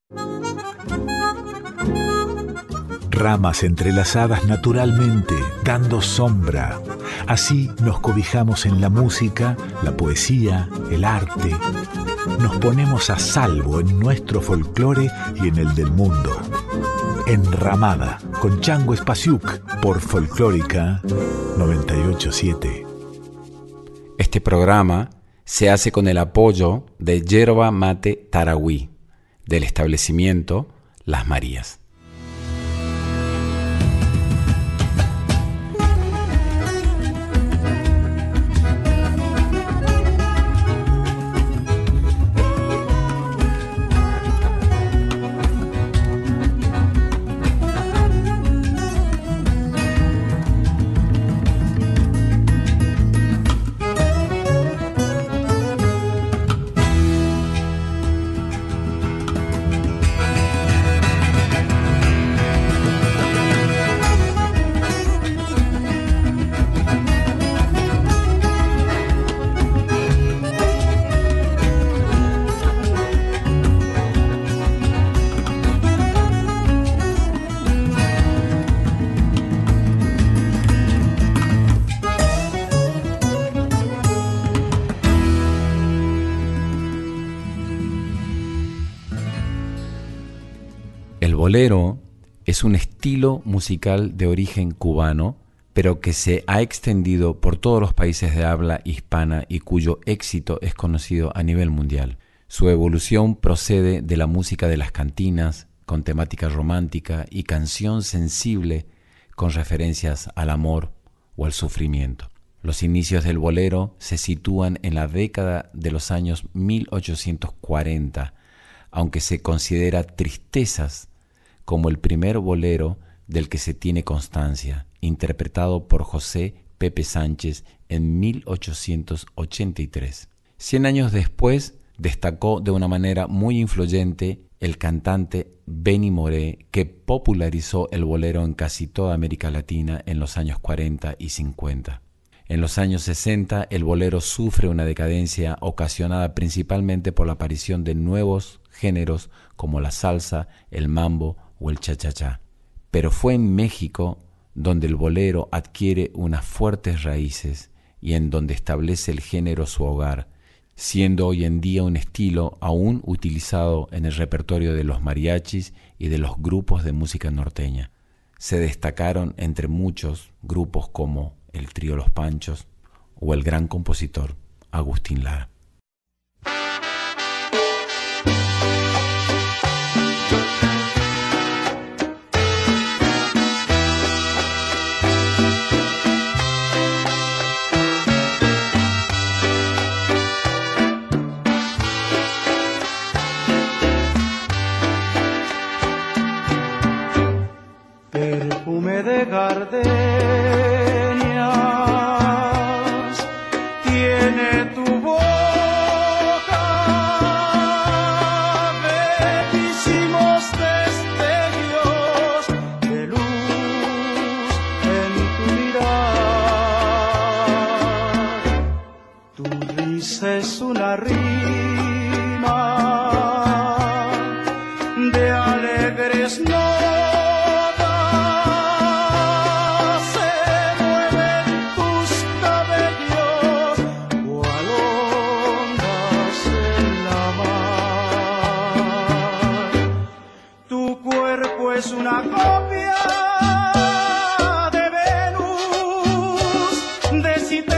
Ramas entrelazadas naturalmente, dando sombra. Así nos cobijamos en la música, la poesía, el arte. Nos ponemos a salvo en nuestro folclore y en el del mundo. Enramada, con Chango Espasiuk, por Folclórica 98.7. Este programa se hace con el apoyo de Yerba Mate Tarahui, del establecimiento Las Marías. El bolero es un estilo musical de origen cubano, pero que se ha extendido por todos los países de habla hispana y cuyo éxito es conocido a nivel mundial. Su evolución procede de la música de las cantinas, con temática romántica y canción sensible con referencias al amor o al sufrimiento. Los inicios del bolero se sitúan en la década de los años 1840, aunque se considera Tristezas como el primer bolero del que se tiene constancia, interpretado por José Pepe Sánchez en 1883. 100 años después, destacó de una manera muy influyente el cantante Benny Moré, que popularizó el bolero en casi toda América Latina en los años 40 y 50. En los años 60, el bolero sufre una decadencia ocasionada principalmente por la aparición de nuevos géneros como la salsa, el mambo o el cha-cha-cha. Pero fue en México donde el bolero adquiere unas fuertes raíces y en donde establece el género su hogar, siendo hoy en día un estilo aún utilizado en el repertorio de los mariachis y de los grupos de música norteña. Se destacaron entre muchos grupos como el Trío Los Panchos o el gran compositor Agustín Lara. Perfume de gardenias tiene tu boca, bellísimos destellos de luz en tu mirar. Tu risa es una rima de alegres notas. Es una copia de Venus, de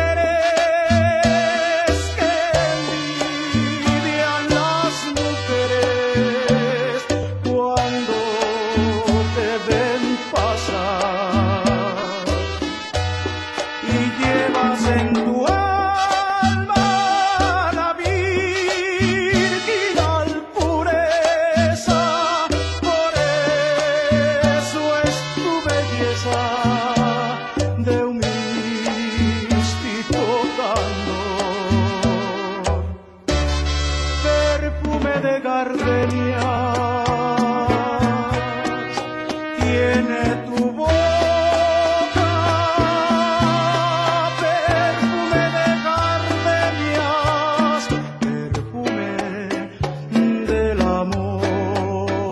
Citeres que envidian las mujeres cuando te ven pasar, y llevas en tu alma la virginal pureza. De un místico candor, perfume de gardenias tiene tu boca, perfume de gardenias, perfume del amor.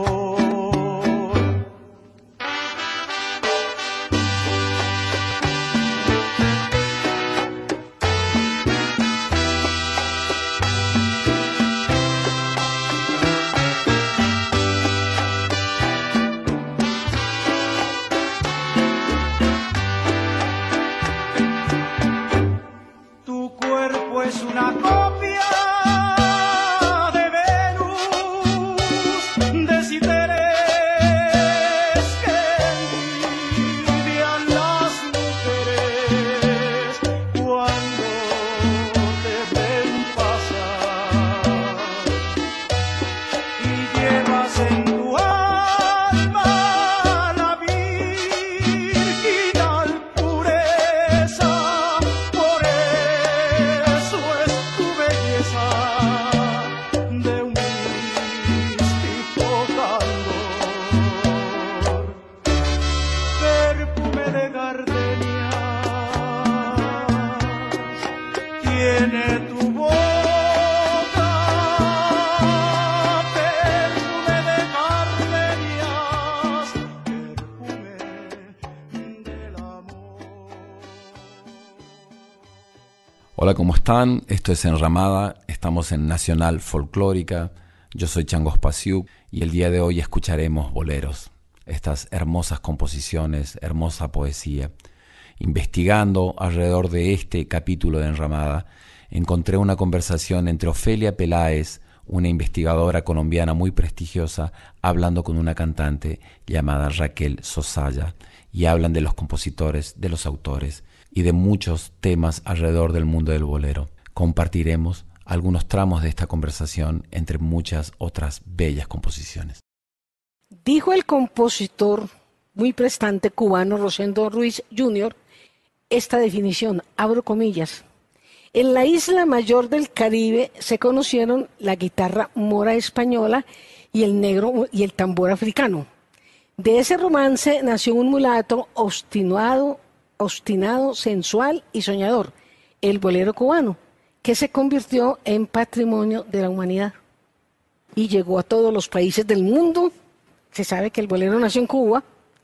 Hola, ¿cómo están? Esto es Enramada, estamos en Nacional Folclórica. Yo soy Changos Pasiuk y el día de hoy escucharemos boleros, estas hermosas composiciones, hermosa poesía. Investigando alrededor de este capítulo de Enramada, encontré una conversación entre Ofelia Peláez, una investigadora colombiana muy prestigiosa, hablando con una cantante llamada Raquel Sosaya, y hablan de los compositores, de los autores y de muchos temas alrededor del mundo del bolero. Compartiremos algunos tramos de esta conversación entre muchas otras bellas composiciones. Dijo el compositor muy prestante cubano Rosendo Ruiz Jr. esta definición, abro comillas: en la isla mayor del Caribe se conocieron la guitarra mora española y el negro y el tambor africano. De ese romance nació un mulato obstinado, sensual y soñador, el bolero cubano, que se convirtió en patrimonio de la humanidad y llegó a todos los países del mundo. Se sabe que el bolero nació en Cuba,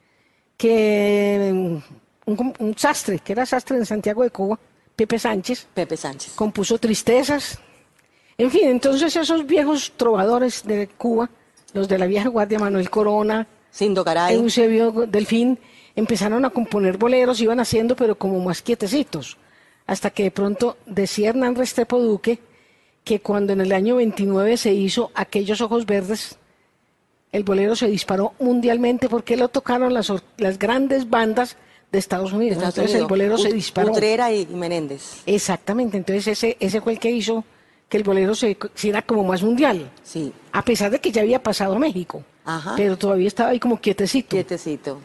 que un sastre, que era sastre en Santiago de Cuba, Pepe Sánchez, compuso Tristezas. En fin, entonces esos viejos trovadores de Cuba, los de la vieja guardia, Manuel Corona, Sindo Caray, Eusebio Delfín, empezaron a componer boleros, iban haciendo, pero como más quietecitos, hasta que de pronto decía Hernán Restrepo Duque que cuando en el año 29 se hizo Aquellos Ojos Verdes, el bolero se disparó mundialmente porque lo tocaron las grandes bandas de Estados Unidos. Entonces el bolero se disparó. Utrera y Menéndez. Exactamente, entonces ese fue el que hizo que el bolero se hiciera como más mundial. Sí. A pesar de que ya había pasado a México. Ajá. Pero todavía estaba ahí como quietecito. Quietecito.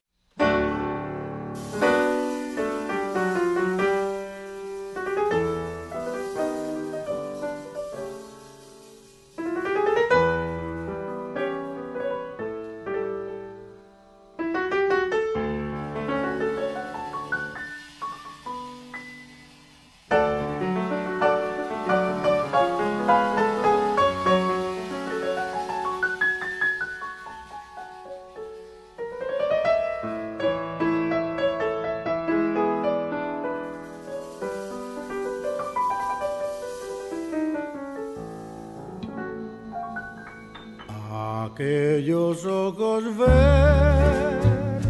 Aquellos ojos verdes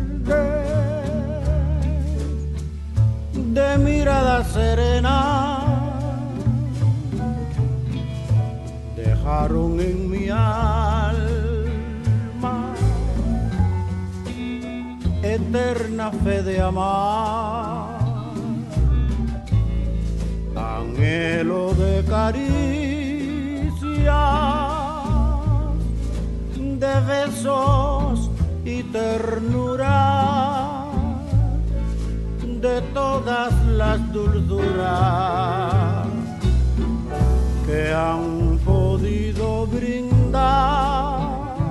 de mirada serena dejaron en mi alma eterna fe de amar, anhelo de caricia, de besos y ternura, de todas las dulzuras que han podido brindar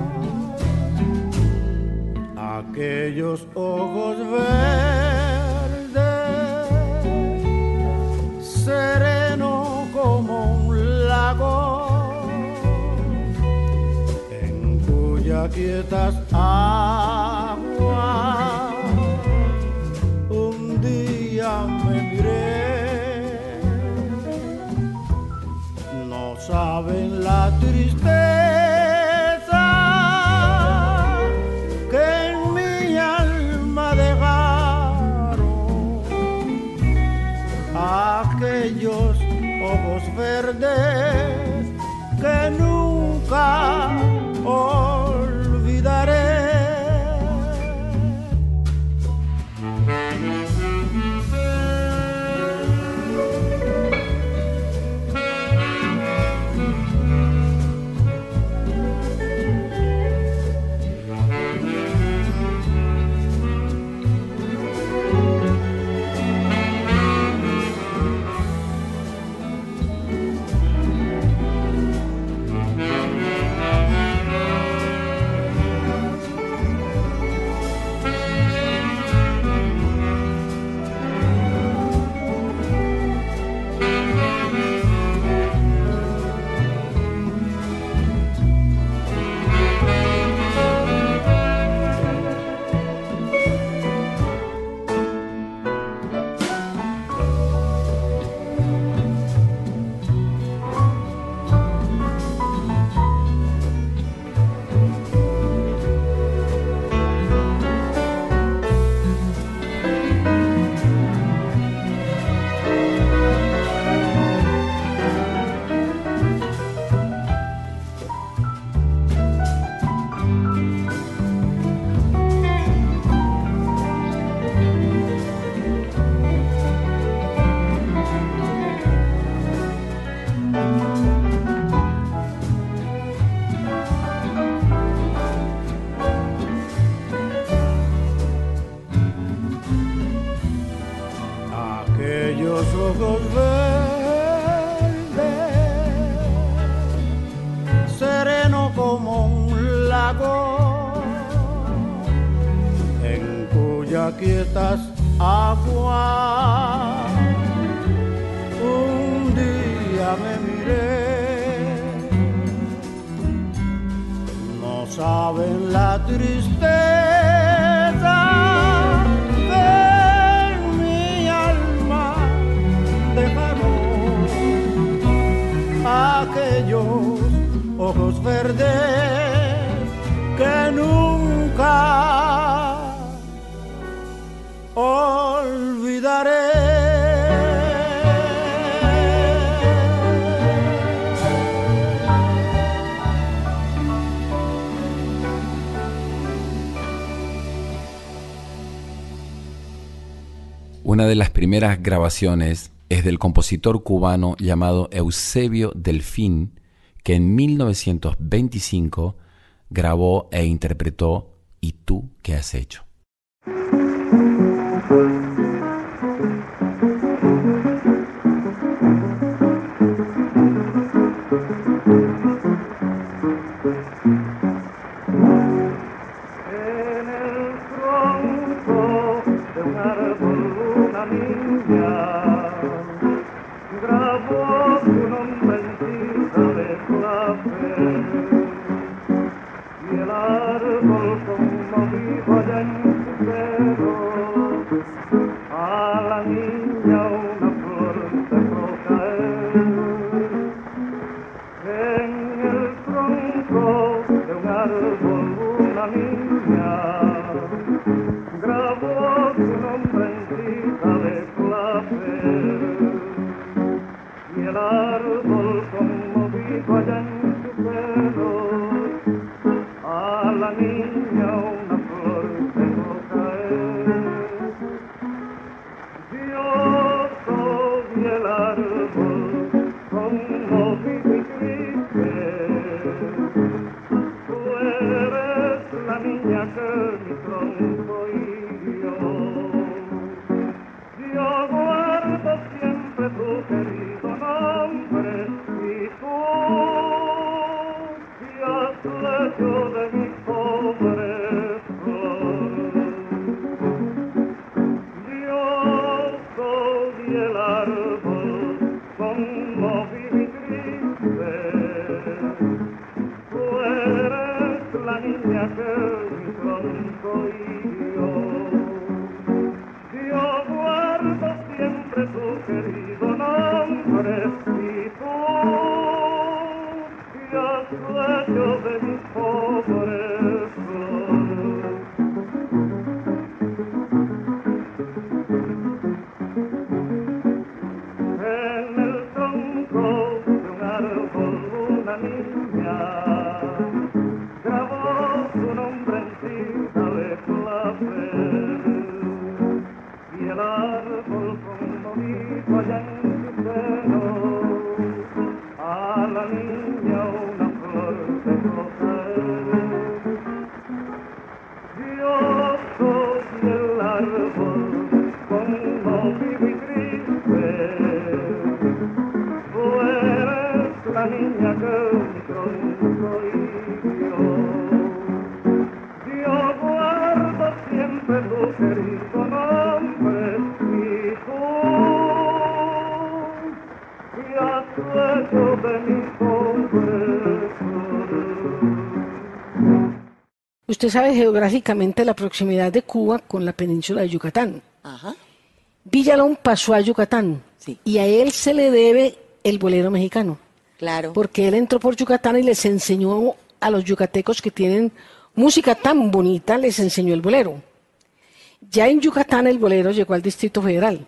aquellos ojos verdes, sereno como un lago, quietas aguas, un día me miré, no saben la tristeza que en mi alma dejaron aquellos ojos verdes que nunca olvidaré. quietas aguas. Un día me miré, no saben la tristeza que en mi alma dejaron aquellos ojos verdes que nunca olvidaré. Una de las primeras grabaciones es del compositor cubano llamado Eusebio Delfín, que en 1925 grabó e interpretó ¿Y tú qué has hecho? Usted sabe geográficamente la proximidad de Cuba con la península de Yucatán. Ajá. Villalón pasó a Yucatán, Sí. y a él se le debe el bolero mexicano, Claro. porque él entró por Yucatán y les enseñó a los yucatecos que tienen música tan bonita, les enseñó el bolero. Ya en Yucatán el bolero llegó al Distrito Federal,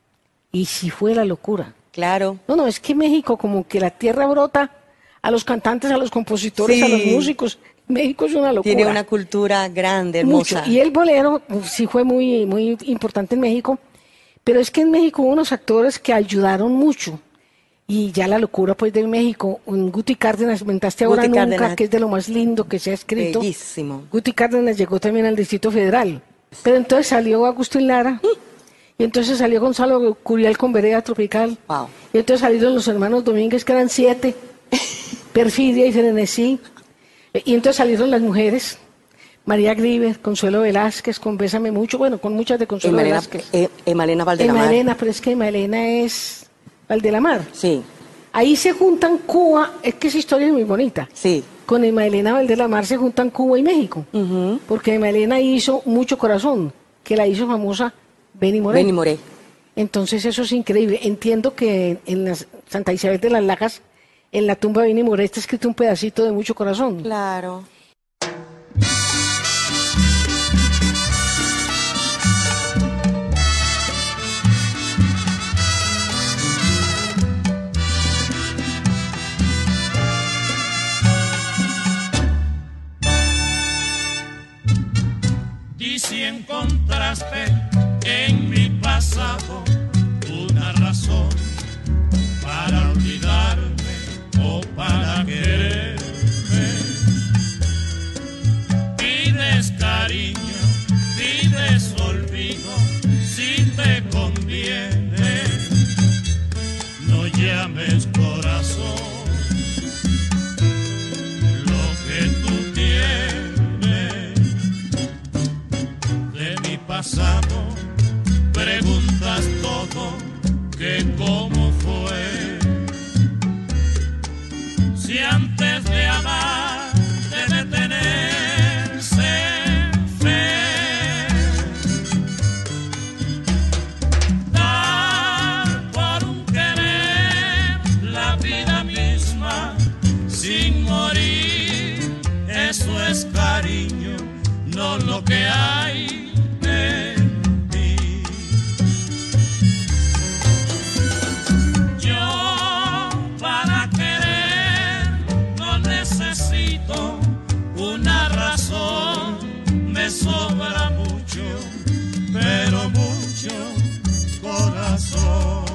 y sí fue la locura. Claro. No, es que México como que la tierra brota a los cantantes, a los compositores, Sí. a los músicos. México es una locura. Tiene una cultura grande, Mucho. hermosa. Y el bolero sí fue muy, muy importante en México, pero es que en México hubo unos actores que ayudaron mucho. Y ya la locura pues de México, un Guti Cárdenas, inventaste ahora Guti nunca, Cárdenas. que es de lo más lindo que se ha escrito. Bellísimo. Guti Cárdenas llegó también al Distrito Federal. Pero entonces salió Agustín Lara, y entonces salió Gonzalo Curiel con Vereda Tropical. Wow. Y entonces salieron los hermanos Domínguez, que eran 7, Perfidia y Frenesí. Y entonces salieron las mujeres, María Grieber, Consuelo Velázquez, con Bésame Mucho, bueno, con muchas de Consuelo Velázquez. Elena Valdelamar. Elena, pero es que Elena es Valdelamar. Sí. Ahí se juntan Cuba, es que esa historia es muy bonita. Sí. Con Elena Valdelamar se juntan Cuba y México, porque Elena hizo Mucho Corazón, que la hizo famosa Benny Moré. Benny Moré. Entonces eso es increíble. Entiendo que en la Santa Isabel de las Lajas, en la tumba de Benny Moré, está escrito un pedacito de Mucho Corazón. Claro. Y si encontraste en mi pasado una razón para olvidarme o para quererme, pides cariño, pides olvido, si te conviene, no llames corazón lo que tú tienes. Pasado, preguntas todo, que cómo fue. Si antes de amar debe tenerse fe, dar por un querer la vida misma sin morir, eso es cariño, no lo que hay. Sobra mucho, pero mucho corazón.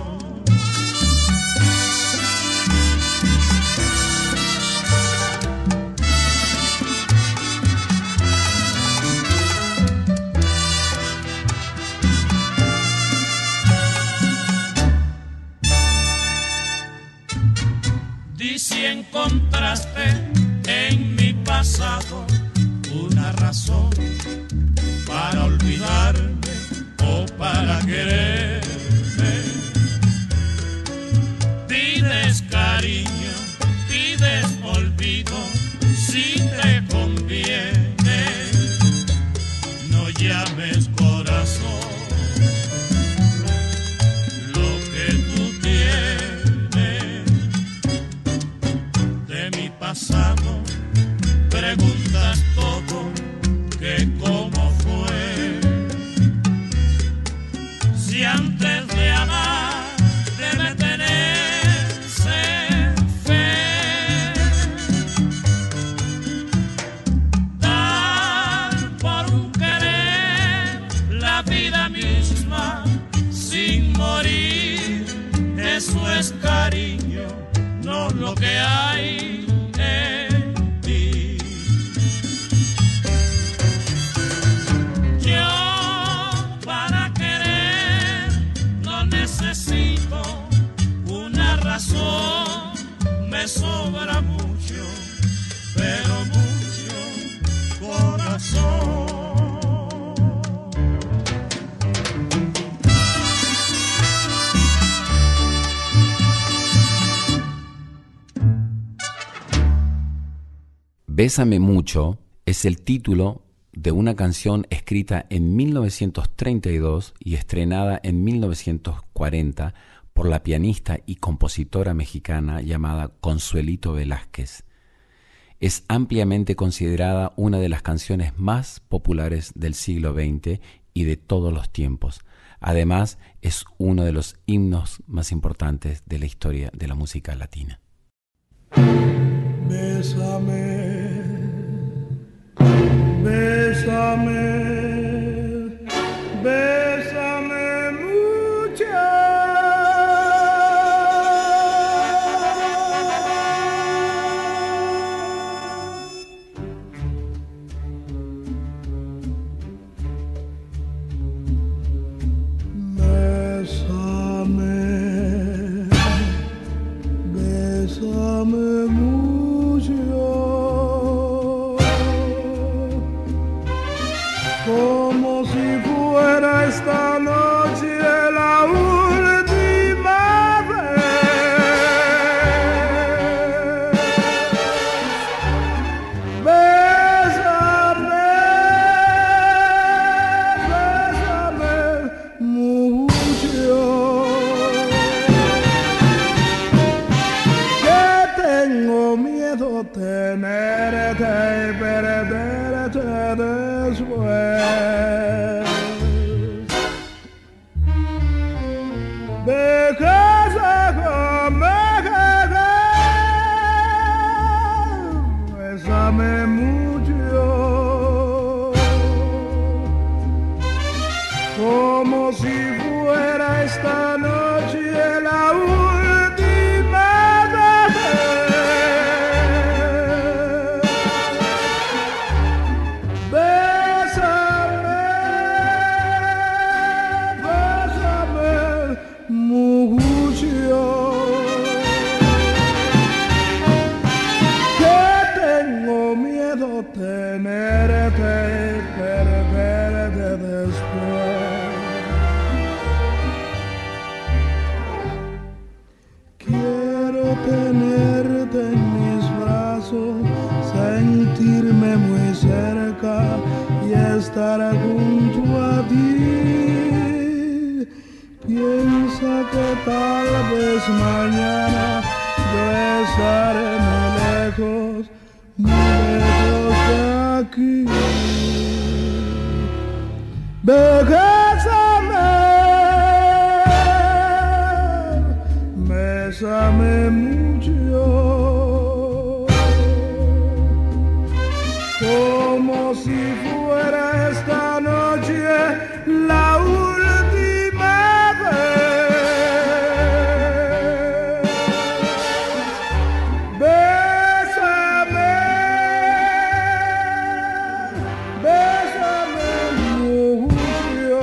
Di si encontraste en mi pasado una razón para olvidarme o para quererme. Pides cariño, pides olvido, si te conviene, no llames corazón lo que tú tienes. De mi pasado preguntas todo, que cómo fue. Si antes de amar debe tenerse fe, dar por un querer la vida misma sin morir, eso es cariño, no lo que hay. Me sobra mucho, pero mucho corazón. Bésame mucho es el título de una canción escrita en 1932 y estrenada en 1940 por la pianista y compositora mexicana llamada Consuelito Velázquez. Es ampliamente considerada una de las canciones más populares del siglo XX y de todos los tiempos. Además, es uno de los himnos más importantes de la historia de la música latina. Bésame, bésame, bésame mucho. Bésame mucho. perderte después. Bésame mucho, como si fuera esta noche la última vez. Bésame, bésame mucho, que tengo miedo tenerte y perderte después. Quiero tenerte en mis brazos, sentirme muy cerca y estar junto a ti. Piensa que tal vez mañana yo estaré muy lejos de aquí. Bésame, bésame mucho, como si fuera esta noche la última vez. Bésame, bésame mucho,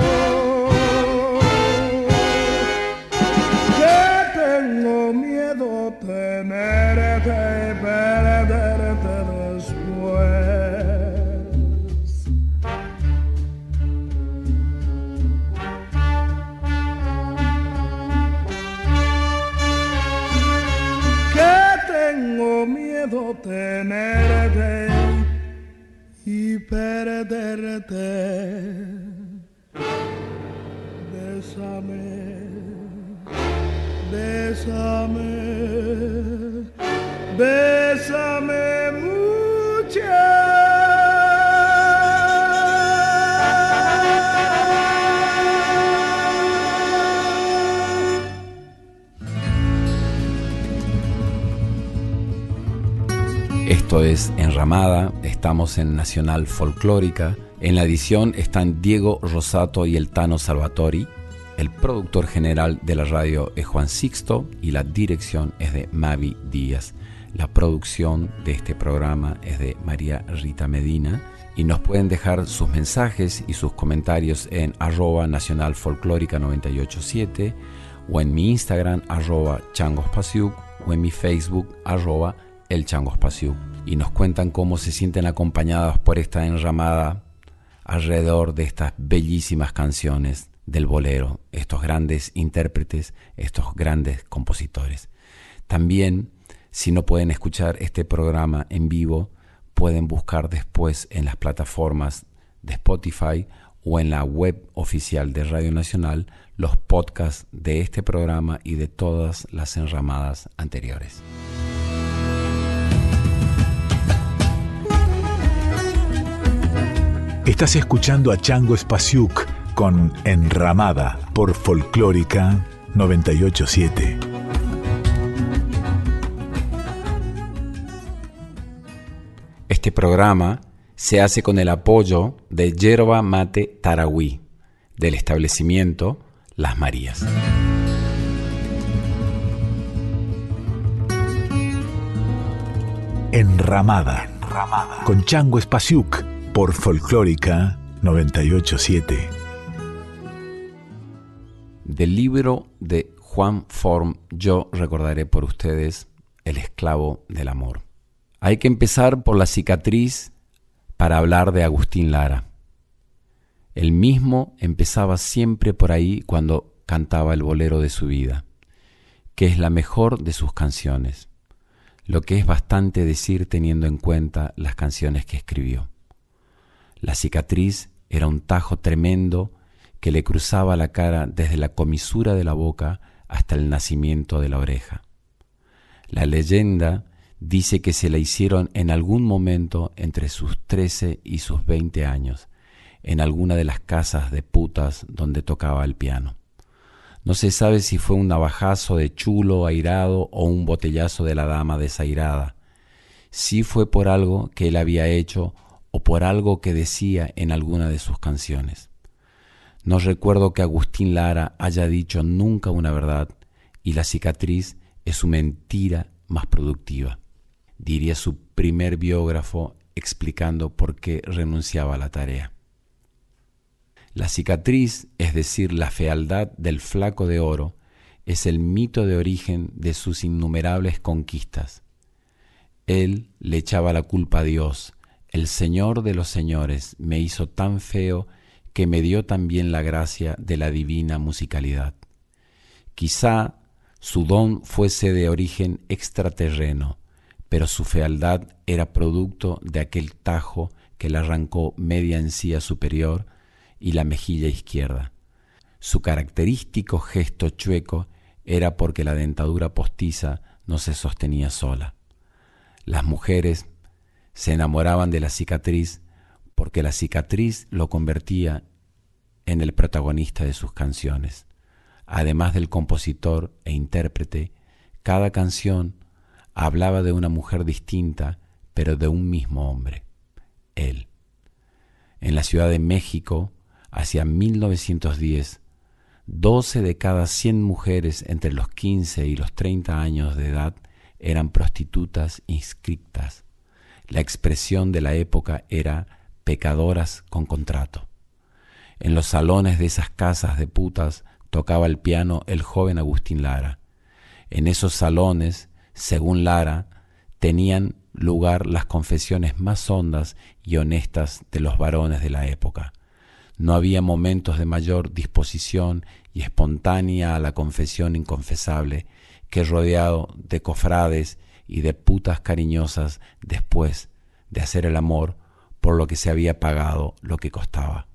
que tengo miedo tenerte y perderte después. Que tengo miedo tenerte y perderte. Bésame, bésame, bésame mucho. Esto es Enramada, estamos en Nacional Folclórica. En la edición están Diego Rosato y el Tano Salvatori. El productor general de la radio es Juan Sixto y la dirección es de Mavi Díaz. La producción de este programa es de María Rita Medina y nos pueden dejar sus mensajes y sus comentarios en @nacionalfolclórica987 o en mi Instagram @changospasiuk o en mi Facebook @elchangospasiuk, y nos cuentan cómo se sienten acompañados por esta enramada alrededor de estas bellísimas canciones del bolero, estos grandes intérpretes, estos grandes compositores. También, si no pueden escuchar este programa en vivo, pueden buscar después en las plataformas de Spotify o en la web oficial de Radio Nacional los podcasts de este programa y de todas las enramadas anteriores. Estás escuchando a Chango Spasiuk con Enramada por Folclórica 987. Este programa se hace con el apoyo de Yerba Mate Tarahui, del establecimiento Las Marías. Enramada con Chango Spasiuk por Folclórica 987. Del libro de Juan Form, Yo recordaré por ustedes El esclavo del amor. Hay que empezar por la cicatriz para hablar de Agustín Lara. Él mismo empezaba siempre por ahí cuando cantaba el bolero de su vida, que es la mejor de sus canciones, lo que es bastante decir teniendo en cuenta las canciones que escribió. La cicatriz era un tajo tremendo que le cruzaba la cara desde la comisura de la boca hasta el nacimiento de la oreja. La leyenda Dice que se la hicieron en algún momento entre sus 13 y sus 20 años, en alguna de las casas de putas donde tocaba el piano. No se sabe si fue un navajazo de chulo airado o un botellazo de la dama desairada. Si fue por algo que él había hecho o por algo que decía en alguna de sus canciones. No recuerdo que Agustín Lara haya dicho nunca una verdad, y la cicatriz es su mentira más productiva, diría su primer biógrafo explicando por qué renunciaba a la tarea. La cicatriz, es decir, la fealdad del flaco de oro, es el mito de origen de sus innumerables conquistas. Él le echaba la culpa a Dios. El Señor de los señores me hizo tan feo que me dio también la gracia de la divina musicalidad. Quizá su don fuese de origen extraterreno, pero su fealdad era producto de aquel tajo que le arrancó media encía superior y la mejilla izquierda. Su característico gesto chueco era porque la dentadura postiza no se sostenía sola. Las mujeres se enamoraban de la cicatriz porque la cicatriz lo convertía en el protagonista de sus canciones. Además del compositor e intérprete, cada canción hablaba de una mujer distinta, pero de un mismo hombre, él. En la Ciudad de México, hacia 1910, 12 de cada 100 mujeres entre los 15 y los 30 años de edad eran prostitutas inscriptas. La expresión de la época era pecadoras con contrato. En los salones de esas casas de putas tocaba el piano el joven Agustín Lara. En esos salones, según Lara, tenían lugar las confesiones más hondas y honestas de los varones de la época. No había momentos de mayor disposición y espontánea a la confesión inconfesable que rodeado de cofrades y de putas cariñosas después de hacer el amor por lo que se había pagado lo que costaba.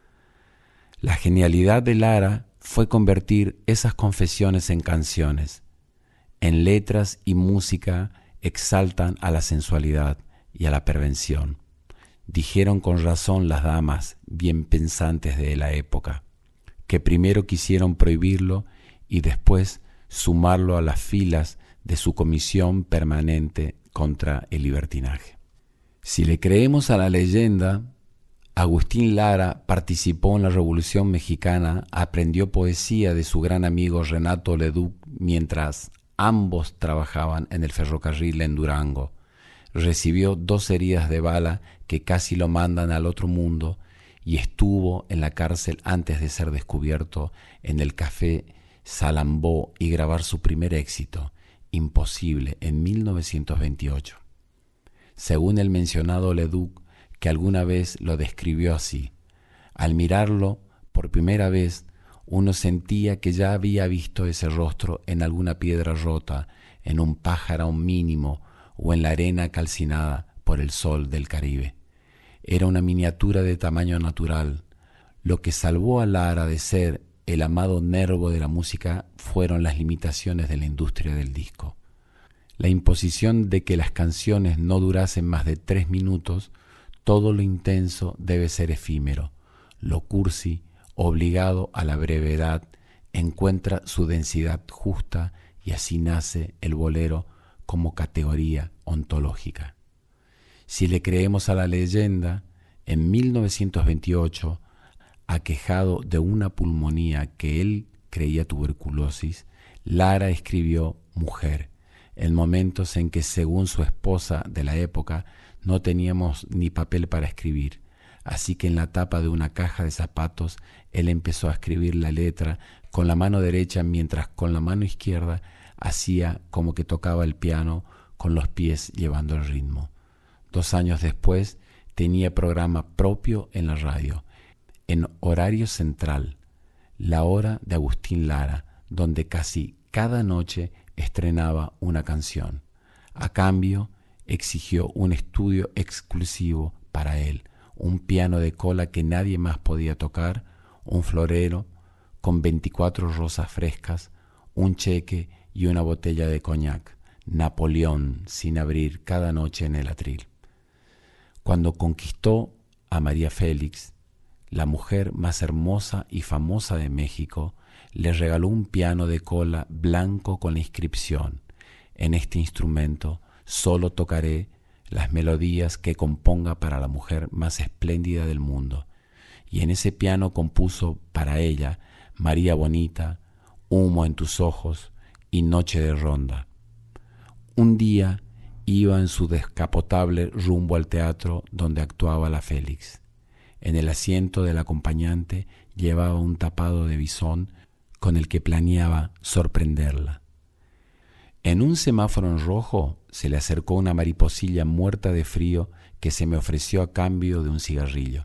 La genialidad de Lara fue convertir esas confesiones en canciones. En letras y música exaltan a la sensualidad y a la pervención. Dijeron con razón las damas bien pensantes de la época, que primero quisieron prohibirlo y después sumarlo a las filas de su comisión permanente contra el libertinaje. Si le creemos a la leyenda, Agustín Lara participó en la Revolución Mexicana, aprendió poesía de su gran amigo Renato Leduc mientras ambos trabajaban en el ferrocarril en Durango. Recibió 2 heridas de bala que casi lo mandan al otro mundo y estuvo en la cárcel antes de ser descubierto en el Café Salambó y grabar su primer éxito, Imposible, en 1928. Según el mencionado Leduc, que alguna vez lo describió así: al mirarlo por primera vez, uno sentía que ya había visto ese rostro en alguna piedra rota, en un pájaro mínimo o en la arena calcinada por el sol del Caribe. Era una miniatura de tamaño natural. Lo que salvó a Lara de ser el amado Nervo de la música fueron las limitaciones de la industria del disco. La imposición de que las canciones no durasen más de 3 minutos, todo lo intenso debe ser efímero. Lo cursi, obligado a la brevedad, encuentra su densidad justa y así nace el bolero como categoría ontológica. Si le creemos a la leyenda, en 1928, aquejado de una pulmonía que él creía tuberculosis, Lara escribió Mujer, en momentos en que, según su esposa de la época, no teníamos ni papel para escribir. Así que en la tapa de una caja de zapatos, él empezó a escribir la letra con la mano derecha mientras con la mano izquierda hacía como que tocaba el piano con los pies llevando el ritmo. 2 años después tenía programa propio en la radio, en horario central, La Hora de Agustín Lara, donde casi cada noche estrenaba una canción. A cambio, exigió un estudio exclusivo para él, un piano de cola que nadie más podía tocar, un florero con 24 rosas frescas, un cheque y una botella de coñac. Napoleón sin abrir cada noche en el atril. Cuando conquistó a María Félix, la mujer más hermosa y famosa de México, le regaló un piano de cola blanco con la inscripción: en este instrumento solo tocaré las melodías que componga para la mujer más espléndida del mundo. Y en ese piano compuso para ella María Bonita, Humo en tus ojos y Noche de ronda. Un día iba en su descapotable rumbo al teatro donde actuaba la Félix. En el asiento del acompañante llevaba un tapado de bisón con el que planeaba sorprenderla. En un semáforo en rojo se le acercó una mariposilla muerta de frío que se me ofreció a cambio de un cigarrillo.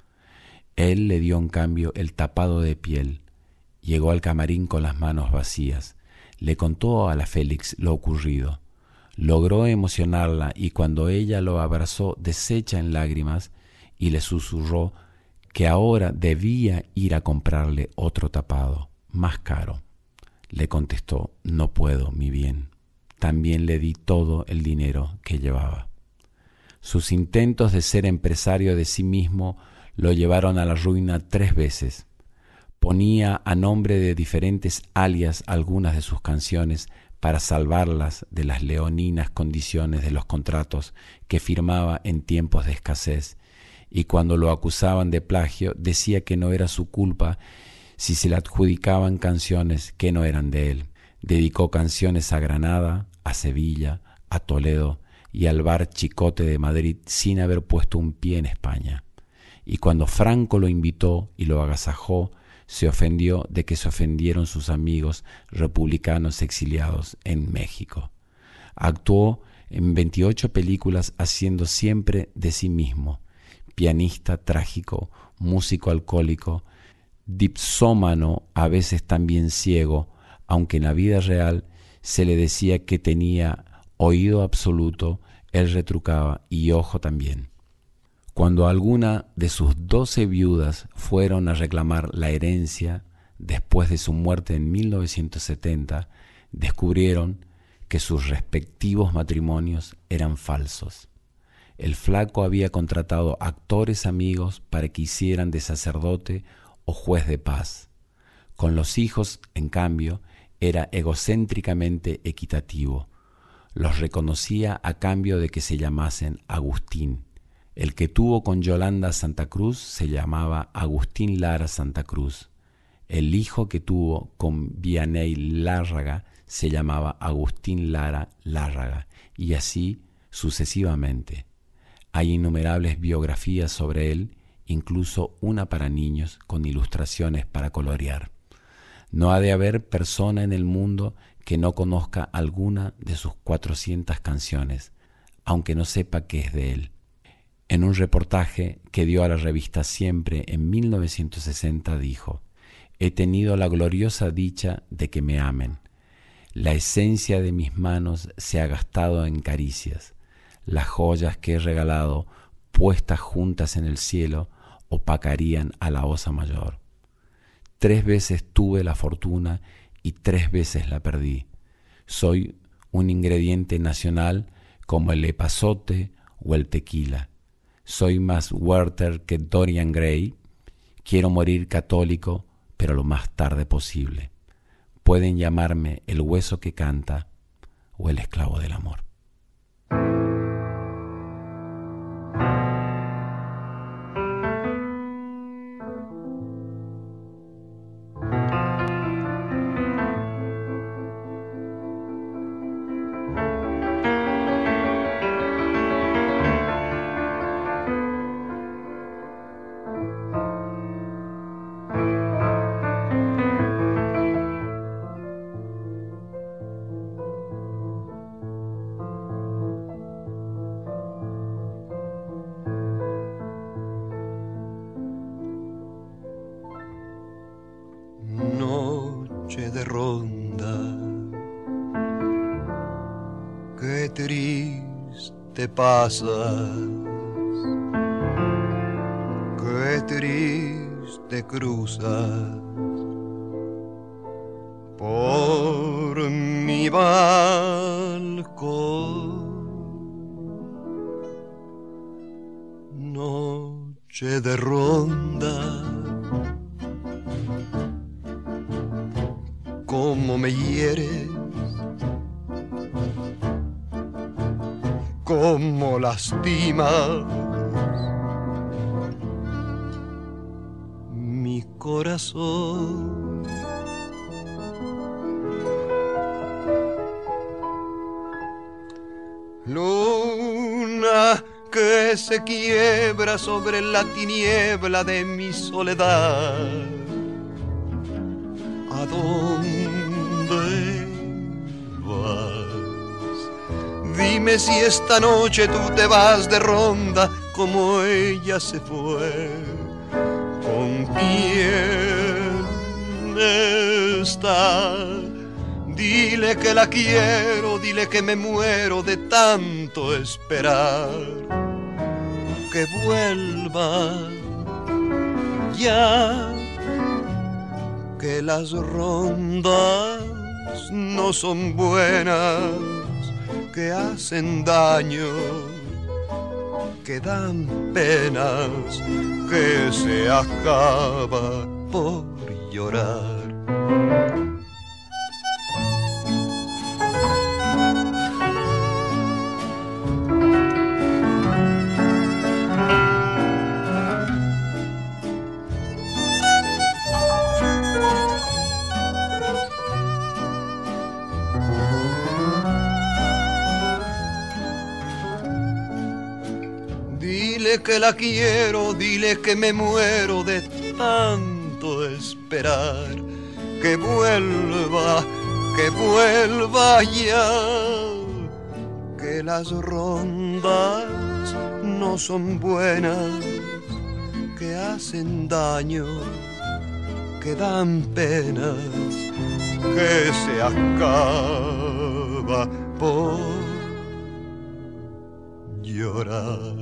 Él le dio en cambio el tapado de piel. Llegó al camarín con las manos vacías. Le contó a la Félix lo ocurrido. Logró emocionarla y cuando ella lo abrazó deshecha en lágrimas y le susurró que ahora debía ir a comprarle otro tapado, más caro. Le contestó: no puedo, mi bien. También le di todo el dinero que llevaba. Sus intentos de ser empresario de sí mismo lo llevaron a la ruina 3 veces. Ponía a nombre de diferentes alias algunas de sus canciones para salvarlas de las leoninas condiciones de los contratos que firmaba en tiempos de escasez, y cuando lo acusaban de plagio decía que no era su culpa si se le adjudicaban canciones que no eran de él. Dedicó canciones a Granada, a Sevilla, a Toledo y al bar Chicote de Madrid sin haber puesto un pie en España. Y cuando Franco lo invitó y lo agasajó, se ofendió de que se ofendieron sus amigos republicanos exiliados en México. Actuó en 28 películas haciendo siempre de sí mismo: pianista trágico, músico alcohólico, dipsómano, a veces también ciego, aunque en la vida real se le decía que tenía oído absoluto, él retrucaba: y ojo también. Cuando alguna de sus 12 viudas fueron a reclamar la herencia después de su muerte en 1970, descubrieron que sus respectivos matrimonios eran falsos. El flaco había contratado actores amigos para que hicieran de sacerdote o juez de paz. Con los hijos, en cambio, era egocéntricamente equitativo. Los reconocía a cambio de que se llamasen Agustín. El que tuvo con Yolanda Santa Cruz se llamaba Agustín Lara Santa Cruz. El hijo que tuvo con Vianney Lárraga se llamaba Agustín Lara Lárraga, y así sucesivamente. Hay innumerables biografías sobre él, incluso una para niños con ilustraciones para colorear. No ha de haber persona en el mundo que no conozca alguna de sus 400 canciones, aunque no sepa que es de él. En un reportaje que dio a la revista Siempre en 1960 dijo: he tenido la gloriosa dicha de que me amen. La esencia de mis manos se ha gastado en caricias. Las joyas que he regalado, puestas juntas en el cielo, opacarían a la osa mayor. 3 veces tuve la fortuna y 3 veces la perdí. Soy un ingrediente nacional como el epazote o el tequila. Soy más Werther que Dorian Gray. Quiero morir católico, pero lo más tarde posible. Pueden llamarme el hueso que canta o el esclavo del amor. De ronda, qué triste pasas, qué triste cruzas por mi balcón. noche de ronda. Cómo me hieres, cómo lastimas mi corazón. Luna que se quiebra sobre la tiniebla de mi soledad. ¿A dónde vas? Dime si esta noche tú te vas de ronda como ella se fue. ¿Con quién está? Dile que la quiero, dile que me muero de tanto esperar. Que vuelva ya, que las rondas no son buenas, que hacen daño, que dan penas, que se acaba por llorar. Dile que la quiero, dile que me muero de tanto esperar. Que vuelva ya, que las rondas no son buenas, que hacen daño, que dan penas, que se acaba por llorar.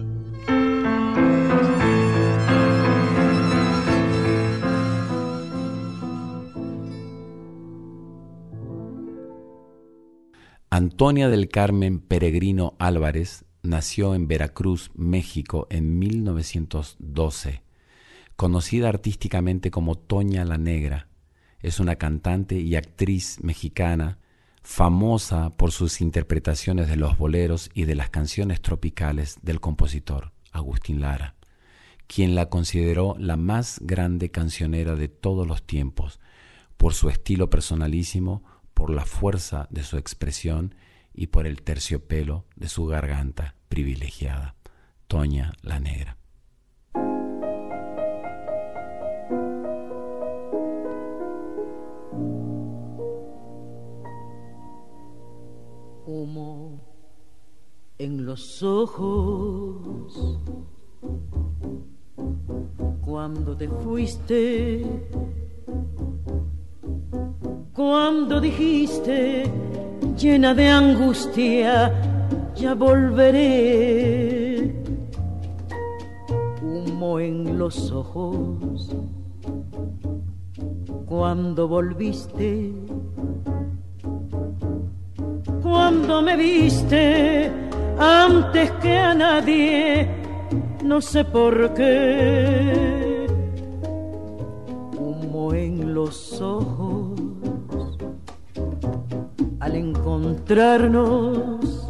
Antonia del Carmen Peregrino Álvarez nació en Veracruz, México, en 1912. Conocida artísticamente como Toña la Negra, es una cantante y actriz mexicana famosa por sus interpretaciones de los boleros y de las canciones tropicales del compositor Agustín Lara, quien la consideró la más grande cancionera de todos los tiempos, por su estilo personalísimo, por la fuerza de su expresión y por el terciopelo de su garganta privilegiada. Toña la Negra. Humo en los ojos cuando te fuiste, cuando dijiste llena de angustia, ya volveré. Humo en los ojos cuando volviste, cuando me viste antes que a nadie, no sé por qué. Humo en los ojos al encontrarnos,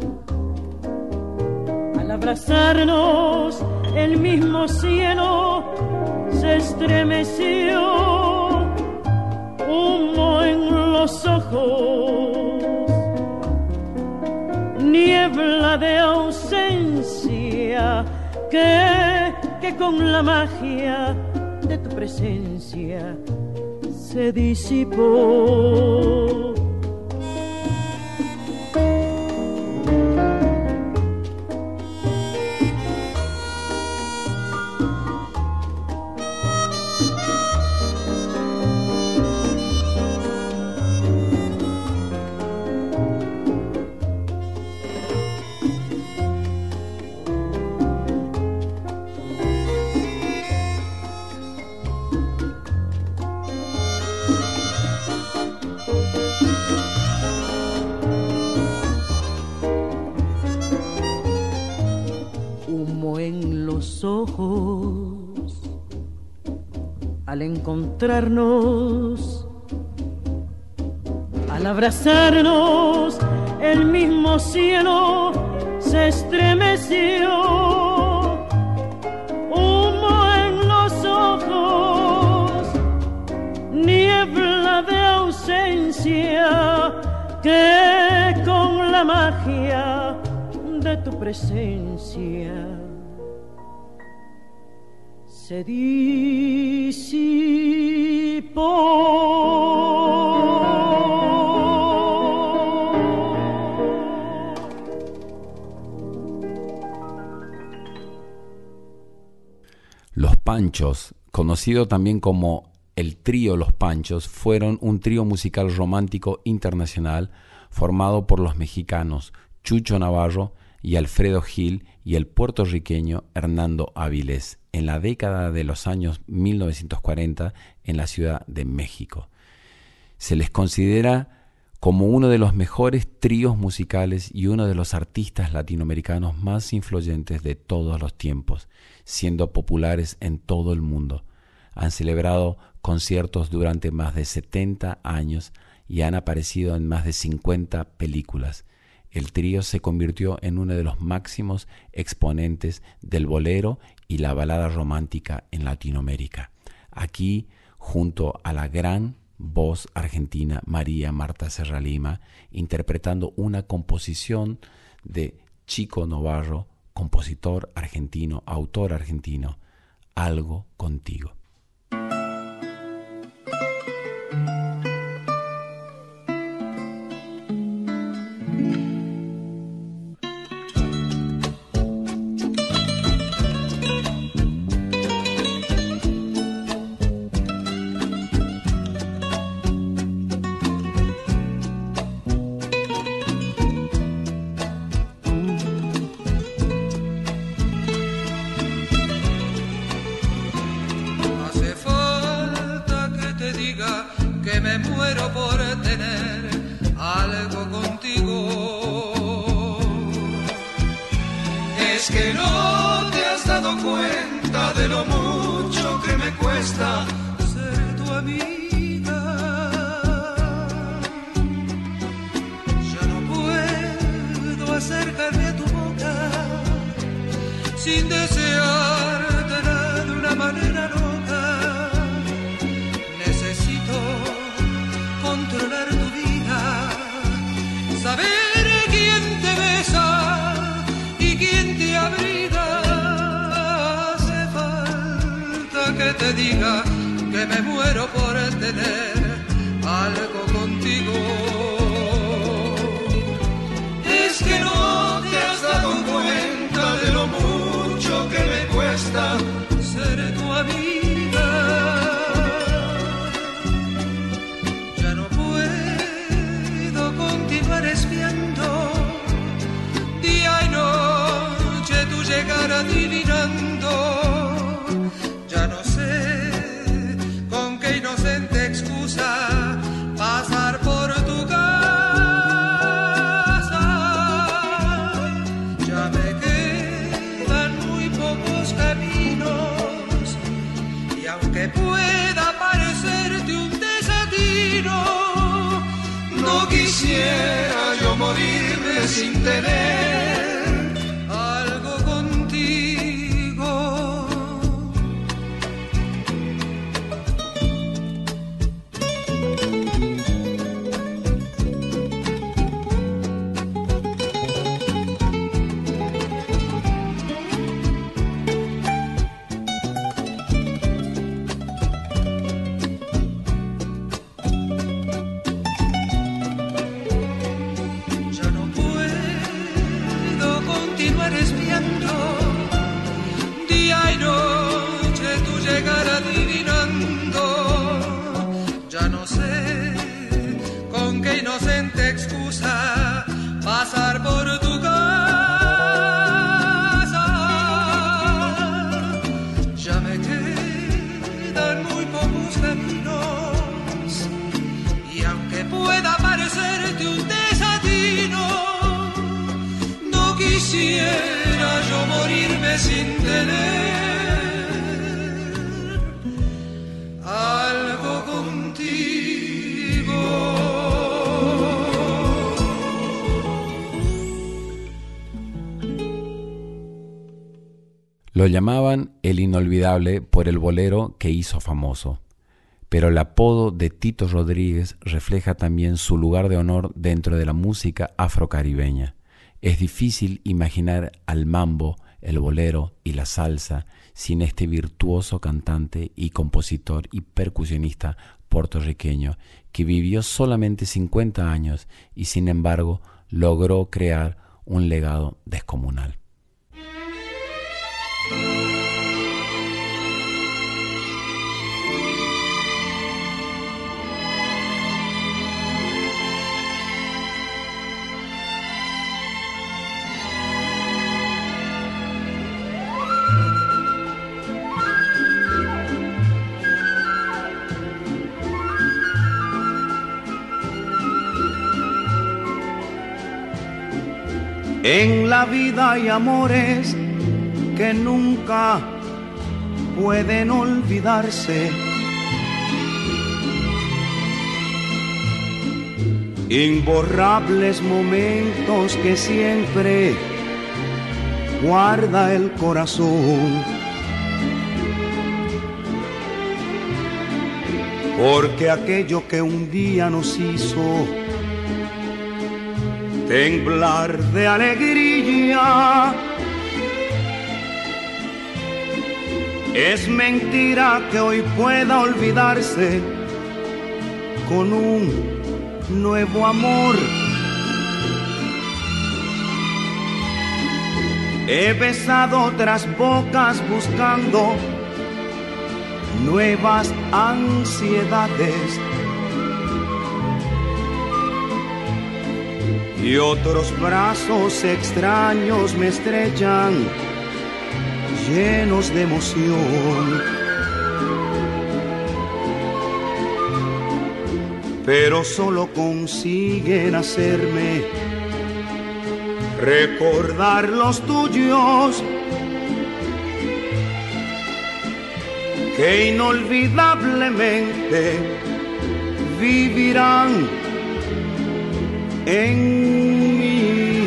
al abrazarnos, el mismo cielo se estremeció. Humo en los ojos, niebla de ausencia que con la magia de tu presencia se disipó. Ojos al encontrarnos, al abrazarnos, el mismo cielo se estremeció. Humo en los ojos, niebla de ausencia que con la magia de tu presencia se disipó. Los Panchos, conocido también como el trío Los Panchos, fueron un trío musical romántico internacional formado por los mexicanos Chucho Navarro y Alfredo Gil y el puertorriqueño Hernando Avilés en la década de los años 1940 en la Ciudad de México. Se les considera como uno de los mejores tríos musicales y uno de los artistas latinoamericanos más influyentes de todos los tiempos, siendo populares en todo el mundo. Han celebrado conciertos durante más de 70 años y han aparecido en más de 50 películas. El trío se convirtió en uno de los máximos exponentes del bolero y la balada romántica en Latinoamérica. Aquí, junto a la gran voz argentina María Marta Serralima, interpretando una composición de Chico Novarro, compositor argentino, autor argentino, Algo contigo. Lo llamaban el inolvidable por el bolero que hizo famoso, pero el apodo de Tito Rodríguez refleja también su lugar de honor dentro de la música afrocaribeña. Es difícil imaginar al mambo, el bolero y la salsa sin este virtuoso cantante y compositor y percusionista puertorriqueño que vivió solamente 50 años y sin embargo logró crear un legado descomunal. En la vida hay amores que nunca pueden olvidarse. Imborrables momentos que siempre guarda el corazón. Porque aquello que un día nos hizo temblar de alegría es mentira que hoy pueda olvidarse con un nuevo amor. He besado otras bocas buscando nuevas ansiedades y otros brazos extraños me estrechan, llenos de emoción. Pero solo consiguen hacerme recordar los tuyos, que inolvidablemente vivirán en mí.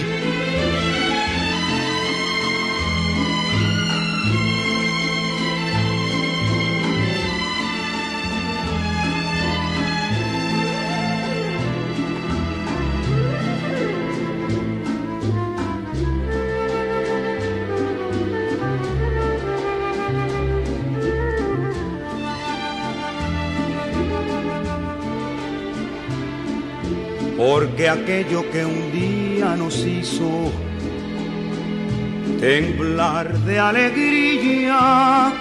Porque aquello que un día nos hizo temblar de alegría,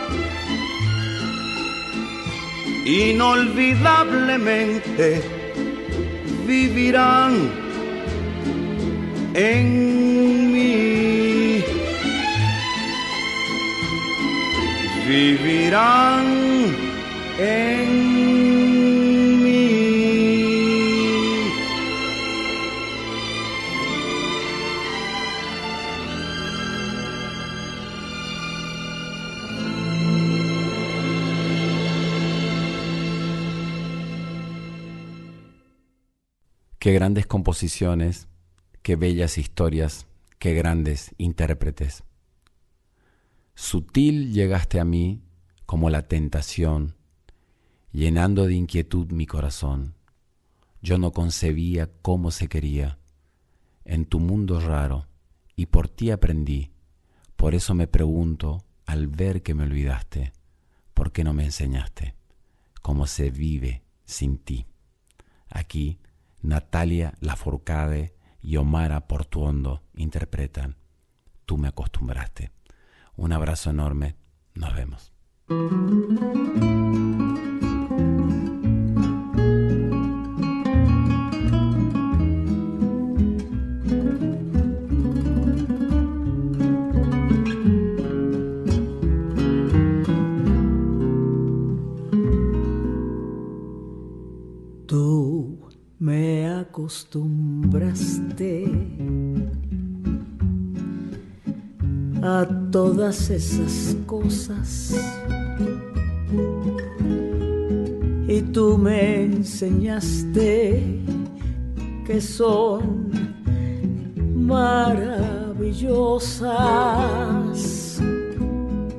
inolvidablemente vivirán en mí. Vivirán en mí. Qué grandes composiciones, qué bellas historias, qué grandes intérpretes. Sutil llegaste a mí como la tentación, llenando de inquietud mi corazón. Yo no concebía cómo se quería en tu mundo raro y por ti aprendí. Por eso me pregunto al ver que me olvidaste, ¿por qué no me enseñaste cómo se vive sin ti? Aquí Natalia Lafourcade y Omara Portuondo interpretan Tú me acostumbraste. Un abrazo enorme, nos vemos. Tú me acostumbraste a todas esas cosas y tú me enseñaste que son maravillosas.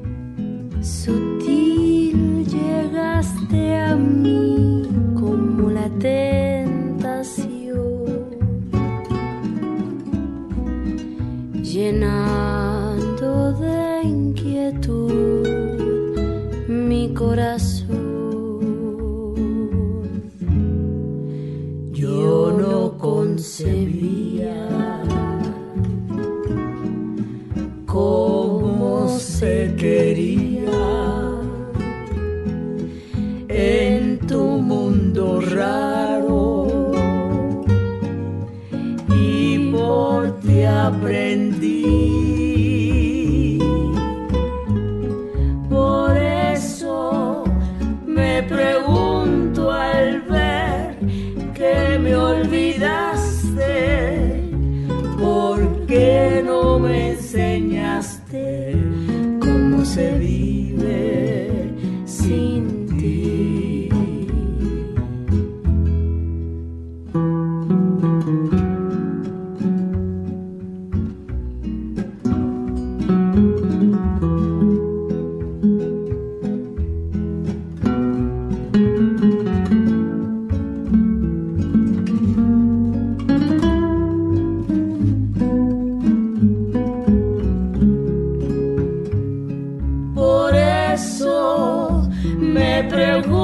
pregunto